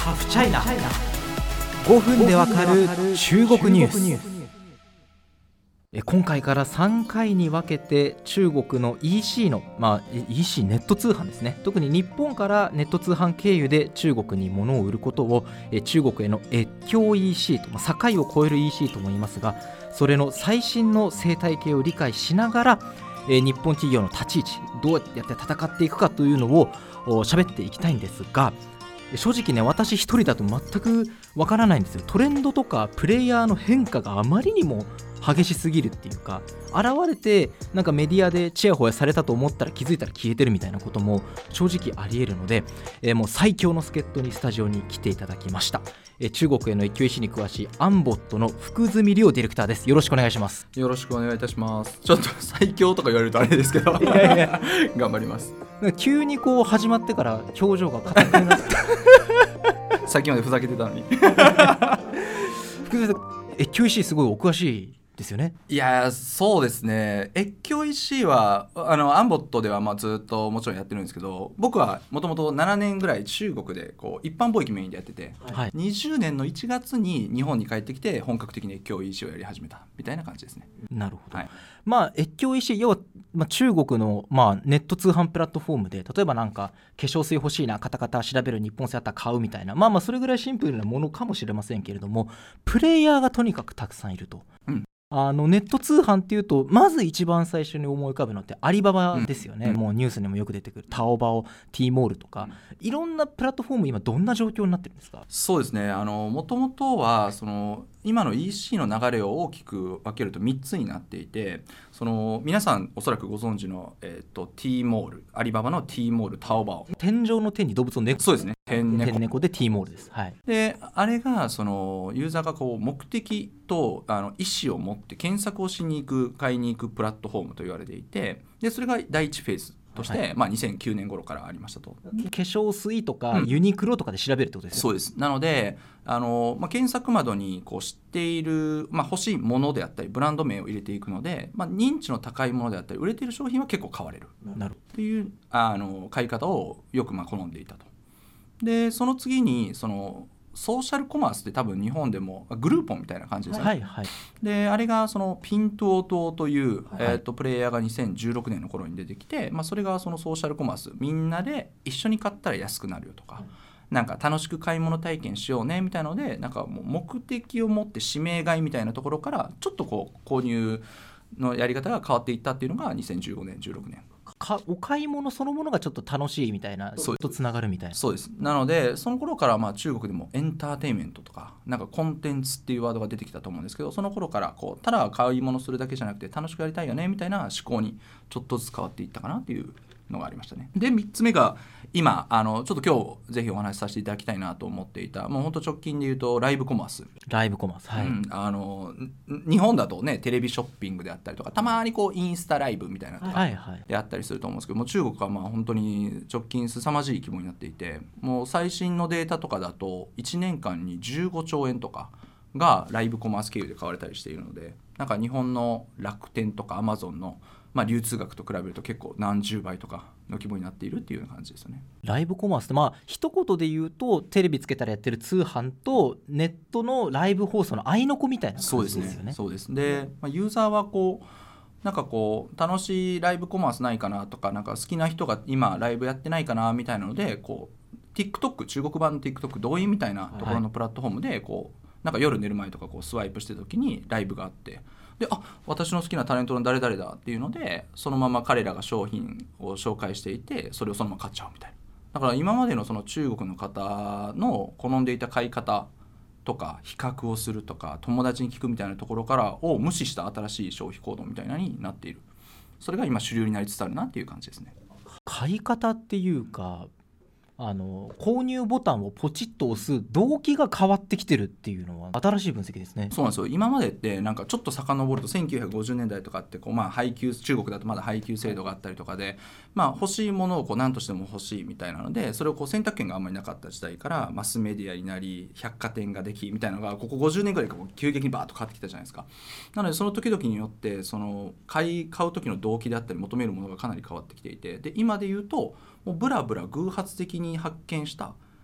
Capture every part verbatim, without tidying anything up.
ハフチャイナ。ごふんでわかる中国ニュース。え今回からさんかいに分けて中国の イーシー の、まあ、イーシー ネット通販ですね。特に日本からネット通販経由で中国に物を売ることをえ中国への越境 イーシー と、まあ、境を越える イーシー とも言いますが、それの最新の生態系を理解しながらえ日本企業の立ち位置、どうやって戦っていくかというのを喋っていきたいんですが、正直ね、私一人だと全くわからないんですよ。トレンドとかプレイヤーの変化があまりにも激しすぎるっていうか、現れてなんかメディアでチヤホヤされたと思ったら気づいたら消えてるみたいなことも正直あり得るので、えー、もう最強の助っ人にスタジオに来ていただきました。えー、中国への越境 イーシー に詳しいアンボットの福住亮ディレクターです。よろしくお願いします。 よろしくお願いいたします。ちょっと最強とか言われるとあれですけどいやいや頑張ります。 なんか急にこう始まってから表情が硬くなってさっきまでふざけてたのに福住さん、越境 イーシー すごいお詳しいですよね。 いやそうですね。越境 イーシー はあのアンボットではまあずっともちろんやってるんですけど、僕はもともとななねんぐらい中国でこう一般貿易メインでやってて、はい、にじゅうねんのいちがつに日本に帰ってきて本格的に越境 イーシー をやり始めたみたいな感じですね。 なるほど、 はい、 まあ、越境 イーシー、要は、まあ、中国の、まあ、ネット通販プラットフォームで、例えばなんか化粧水欲しいな、カタカタ調べる、日本製あったら買うみたいな、まあまあそれぐらいシンプルなものかもしれませんけれども、プレイヤーがとにかくたくさんいると、うん、あのネット通販っていうとまず一番最初に思い浮かぶのってアリババですよね、うん、もうニュースにもよく出てくるタオバオ、ティーモールとか、うん、いろんなプラットフォーム今どんな状況になってるんですか？ そうですね、もともとはその今の イーシー の流れを大きく分けるとみっつになっていて、その皆さんおそらくご存知の、えー、と T モール、アリババの T モール、タオバオ、 天井の天に動物の猫、 そうですね、天猫、 天猫で T モールです、はい、 であれがそのユーザーがこう目的とあの意思を持って検索をしに行く、買いに行くプラットフォームと言われていて、でそれが第一フェーズとして、はい、まあ、にせんきゅうねん頃からありましたと。 化粧水とかユニクロとかで調べるってことですよね、うん、 そうです。なのであの、まあ、検索窓にこう知っている、まあ、欲しいものであったりブランド名を入れていくので、まあ、認知の高いものであったり売れている商品は結構買われるっていうあの買い方をよくまあ好んでいたと。でその次にそのソーシャルコマースって多分日本でもグルーポンみたいな感じですね、 はいはい、 であれがそのピントオトという、はい、えー、とプレイヤーがにせんじゅうろくねんの頃に出てきて、まあ、それがそのソーシャルコマース、みんなで一緒に買ったら安くなるよとか、うん、なんか楽しく買い物体験しようねみたいなので、なんかもう目的を持って指名買いみたいなところからちょっとこう購入のやり方が変わっていったっていうのがにせんじゅうごねんじゅうろくねん。 かお買い物そのものがちょっと楽しいみたいな、ちょっとつながるみたいな。 そうです。なのでその頃からまあ中国でもエンターテインメントとかなんかコンテンツっていうワードが出てきたと思うんですけど、その頃からこうただ買い物するだけじゃなくて楽しくやりたいよねみたいな思考にちょっとずつ変わっていったかなっていうのがありましたね。でみっつめが今あのちょっと今日ぜひお話しさせていただきたいなと思っていた、もう本当直近で言うとライブコマース。 ライブコマース、はい、うん、 あの日本だとねテレビショッピングであったりとか、たまにこうインスタライブみたいなのとかであったりすると思うんですけど、もう中国はまあ本当に直近凄まじい規模になっていて、もう最新のデータとかだといちねんかんにじゅうごちょうえんとかがライブコマース経由で買われたりしているので、なんか日本の楽天とかアマゾンのまあ、流通額と比べると結構何十倍とかの規模になっているっていうような感じですよね。 ライブコマースってまあ一言で言うとテレビつけたらやってる通販とネットのライブ放送の合いの子みたいな感じですよね。 そうですね。で、まあ、ユーザーはこうなんかこう楽しいライブコマースないかなとか、なんか好きな人が今ライブやってないかなみたいなので、こう TikTok、 中国版の TikTok 動員みたいなところのプラットフォームでこうなんか夜寝る前とかこうスワイプしてる時にライブがあって、であ私の好きなタレントの誰々だっていうのでそのまま彼らが商品を紹介していてそれをそのまま買っちゃうみたいな。だから今までのその中国の方の好んでいた買い方とか比較をするとか友達に聞くみたいなところからを無視した新しい消費行動みたいなになっている。それが今主流になりつつあるなっていう感じですね。 買い方っていうかあの購入ボタンをポチッと押す動機が変わってきてるっていうのは新しい分析ですね。 そうなんですよ。今までってなんかちょっと遡るとせんきゅうひゃくごじゅうねんだいとかってこうまあ配給、中国だとまだ配給制度があったりとかで、まあ欲しいものをこう何としても欲しいみたいなので、それをこう選択権があんまりなかった時代からマスメディアになり百貨店ができみたいなのがここごじゅうねんぐらいから急激にバーッと変わってきたじゃないですか。なのでその時々によってその買い買う時の動機であったり求めるものがかなり変わってきていて、で今で言うともうブラブラ偶発的に発見した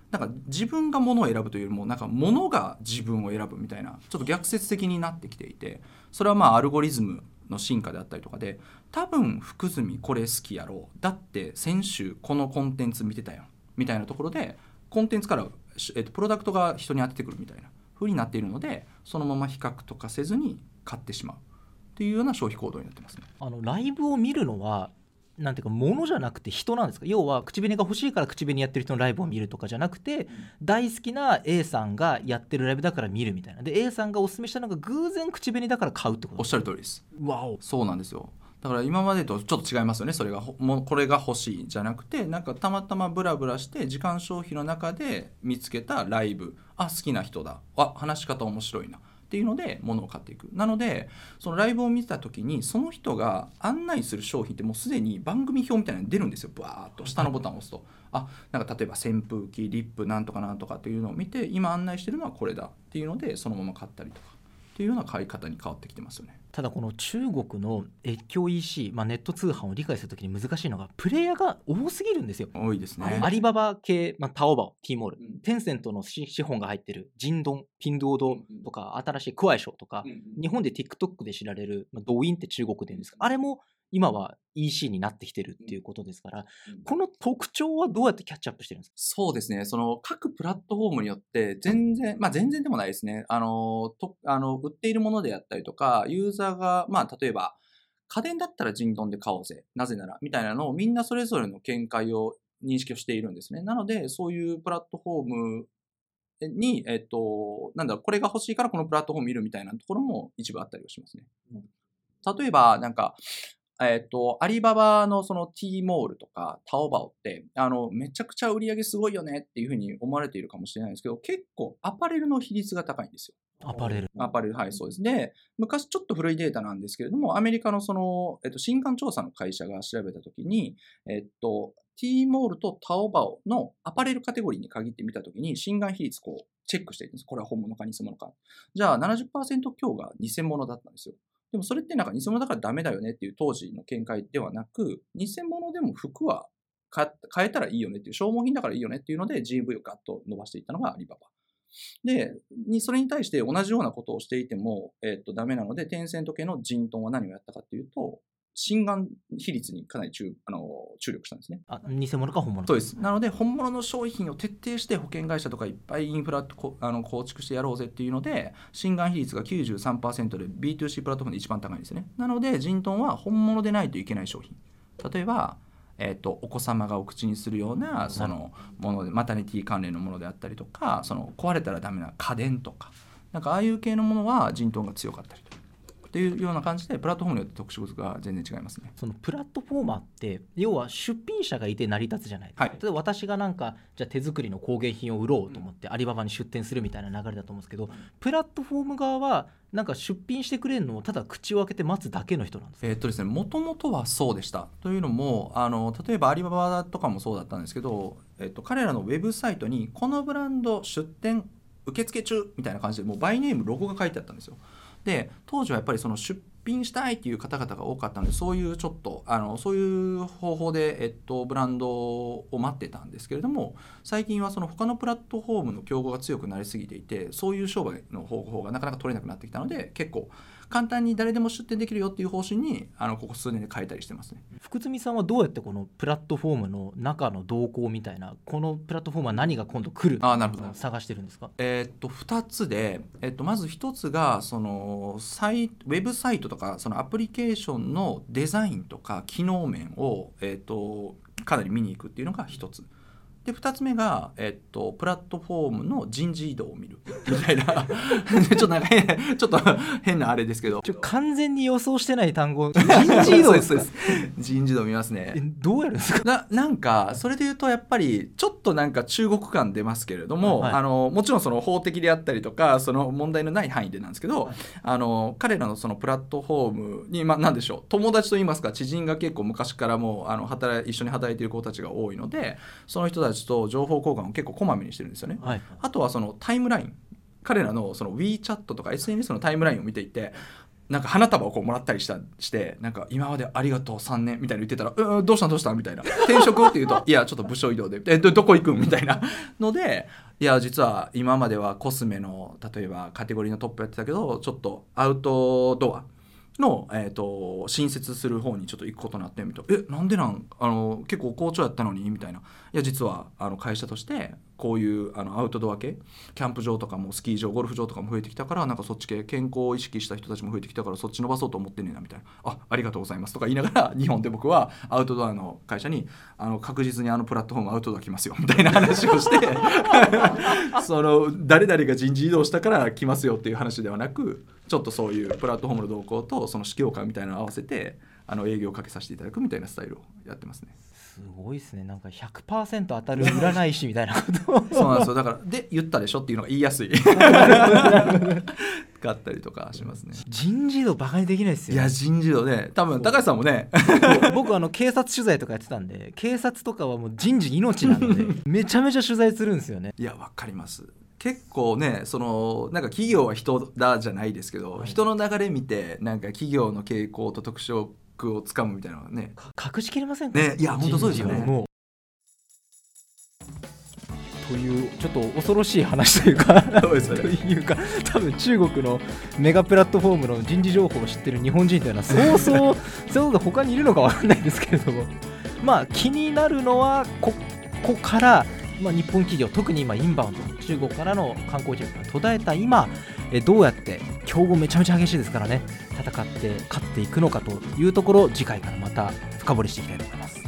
なんか自分が物を選ぶというよりもなんか物が自分を選ぶみたいなちょっと逆説的になってきていて、それはまあアルゴリズムの進化であったりとかで、多分福住これ好きやろう、だって先週このコンテンツ見てたよみたいなところでコンテンツから、えっと、プロダクトが人に当ててくるみたいな風になっているので、そのまま比較とかせずに買ってしまうっていうような消費行動になってますね。 あのライブを見るのはなんていうか物じゃなくて人なんですか？要は口紅が欲しいから口紅やってる人のライブを見るとかじゃなくて、大好きな A さんがやってるライブだから見るみたいなで A さんがおすすめしたのが偶然口紅だから買うってこと？ おっしゃる通りです。 わお、 そうなんですよ。だから今までとちょっと違いますよね。それがもうこれが欲しいじゃなくて、なんかたまたまブラブラして時間消費の中で見つけたライブ、あ好きな人だ、あ話し方面白いなっていうので物を買っていく。なのでそのライブを見た時にその人が案内する商品ってもうすでに番組表みたいなのに出るんですよ。バーっと下のボタンを押すと、あなんか例えば扇風機リップなんとかなんとかっていうのを見て、今案内してるのはこれだっていうのでそのまま買ったりとかっていうような買い方に変わってきてますよね。 ただこの中国の越境 イーシー、まあ、ネット通販を理解するときに難しいのがプレイヤーが多すぎるんですよ。 多いですね。 アリババ系、まあ、タオバオ、ティーモール、 うん、 テンセントの資本が入ってるジンドン、ピンドードとか、うん、新しいクワイショウとか、うん、日本で TikTok で知られる、まあ、ドウインって中国で言うんですが、あれも今は イーシー になってきてるっていうことですから、うん、この特徴はどうやってキャッチアップしてるんですか？ そうですね、その各プラットフォームによって全然、まあ全然でもないですね。あのとあの売っているものであったりとか、ユーザーがまあ例えば家電だったらジンドンで買おうぜ、なぜならみたいなのをみんなそれぞれの見解を認識をしているんですね。なのでそういうプラットフォームに、えっと、なんだこれが欲しいからこのプラットフォーム見るみたいなところも一部あったりはしますね。うん、例えばなんかえっと、アリババのその T モールとかタオバオって、あの、めちゃくちゃ売り上げすごいよねっていうふうに思われているかもしれないんですけど、結構アパレルの比率が高いんですよ。 アパレルアパレル、はい、そうです。で、昔ちょっと古いデータなんですけれども、アメリカのその、えっと、新刊調査の会社が調べたときに、えっと、T モールとタオバオのアパレルカテゴリーに限ってみたときに、新刊比率こう、チェックしていくんです。これは本物か偽物か。じゃあ ななじゅっパーセント 強が偽物だったんですよ。でもそれってなんか偽物だからダメだよねっていう当時の見解ではなく、偽物でも服は買えたらいいよねっていう、消耗品だからいいよねっていうので ジーブイ をガッと伸ばしていったのがアリババ。で、それに対して同じようなことをしていても、えっと、ダメなので、テンセント系のジントンは何をやったかっていうと、新眼比率にかなり 注, あの注力したんですね。 あ、偽物か本物か。 そうです。なので本物の商品を徹底して保険会社とかいっぱいインフラとあの構築してやろうぜっていうので、新眼比率が きゅうじゅうさんパーセント で ビーツーシー プラットフォームで一番高いんですね。なのでジントンは本物でないといけない商品、例えば、えー、とお子様がお口にするようなそのもので、マタニティ関連のものであったりとか、その壊れたらダメな家電とか、なんかああいう系のものはジントンが強かったりとかっていうような感じで、プラットフォームによって特色が全然違いますね。 そのプラットフォーマーって要は出品者がいて成り立つじゃないですか、はい、例えば私がなんかじゃあ手作りの工芸品を売ろうと思ってアリババに出店するみたいな流れだと思うんですけど、プラットフォーム側はなんか出品してくれるのをただ口を開けて待つだけの人なんですか？ えーっとですね、もともとはそうでした。というのもあの例えばアリババとかもそうだったんですけど、えーっと彼らのウェブサイトにこのブランド出店受付中みたいな感じでもうバイネームロゴが書いてあったんですよ。で当時はやっぱりその出品したいっていう方々が多かったので、そういうちょっとあのそういう方法で、えっと、ブランドを待ってたんですけれども、最近はその他のプラットフォームの競合が強くなりすぎていて、そういう商売の方法がなかなか取れなくなってきたので、結構簡単に誰でも出店できるよっていう方針にあのここ数年で変えたりしてますね。 福住さんはどうやってこのプラットフォームの中の動向みたいな、このプラットフォームは何が今度来るのを探してるんですか？ えー、っとふたつで、えっと、まずひとつがそのサイウェブサイトとかそのアプリケーションのデザインとか機能面を、えー、っとかなり見に行くっていうのがひとつで、ふたつめが、えっと、プラットフォームの人事異動を見るみたいなちょっとなんか変ちょっと変なあれですけど、 ちょ完全に予想してない単語人事異動ですか？ 人事異動見ますね。 えどうやるんですか？ な, なんかそれで言うとやっぱりちょっとなんか中国感出ますけれども、はい、あのもちろんその法的であったりとかその問題のない範囲でなんですけど、はい、あの彼らのそのプラットフォームに、まあ、なんでしょう、友達といいますか知人が結構昔からもうあの働い一緒に働いている子たちが多いので、その人たちと情報交換を結構こまめにしてるんですよね。はい、あとはそのタイムライン、彼らのその WeChat とか エスエヌエス のタイムラインを見ていて、 なんか花束をこうもらったりしたしてなんか今までありがとうさんねんみたいな言ってたらうどうしたんどうしたんみたいな転職って言うといやちょっと部署移動でえ ど, どこ行くんみたいなのでいや実は今まではコスメの例えばカテゴリーのトップやってたけどちょっとアウトドアの、えー、と新設する方にちょっと行くことになってみたいなえなんでなんあの結構好調やったのにみたいないや実はあの会社としてこういうあのアウトドア系キャンプ場とかもスキー場ゴルフ場とかも増えてきたからなんかそっち系健康を意識した人たちも増えてきたからそっち伸ばそうと思ってんねんなみたいなあありがとうございますとか言いながら日本で僕はアウトドアの会社にあの確実にあのプラットフォームアウトドア来ますよみたいな話をしてその誰々が人事異動したから来ますよっていう話ではなくちょっとそういうプラットフォームの動向とその指揮官みたいなのを合わせてあの営業をかけさせていただくみたいなスタイルをやってますね。 すごいですね。なんか ひゃくパーセント 当たる占い師みたいなことをそうなんですよ。だからで言ったでしょっていうのが言いやすいがあったりとかしますね。 人事異動バカにできないですよ、ね、 いや人事異動ね多分高橋さんもね僕あの警察取材とかやってたんで警察とかはもう人事命なのでめちゃめちゃ取材するんですよね。 いやわかります。結構ねそのなんか企業は人だじゃないですけど、はい、人の流れ見てなんか企業の傾向と特徴をつかむみたいなのはね隠しきれませんかね。いや本当そうですよね。もうというちょっと恐ろしい話というかそうですよね、 というか多分中国のメガプラットフォームの人事情報を知ってる日本人というのはそうそうそういうのが他にいるのか分かんないですけれどもまあ気になるのはここから、まあ、日本企業特に今インバウンド中国からの観光客が途絶えた今えどうやって競合めちゃめちゃ激しいですからね戦って勝っていくのかというところを次回からまた深掘りしていきたいと思います。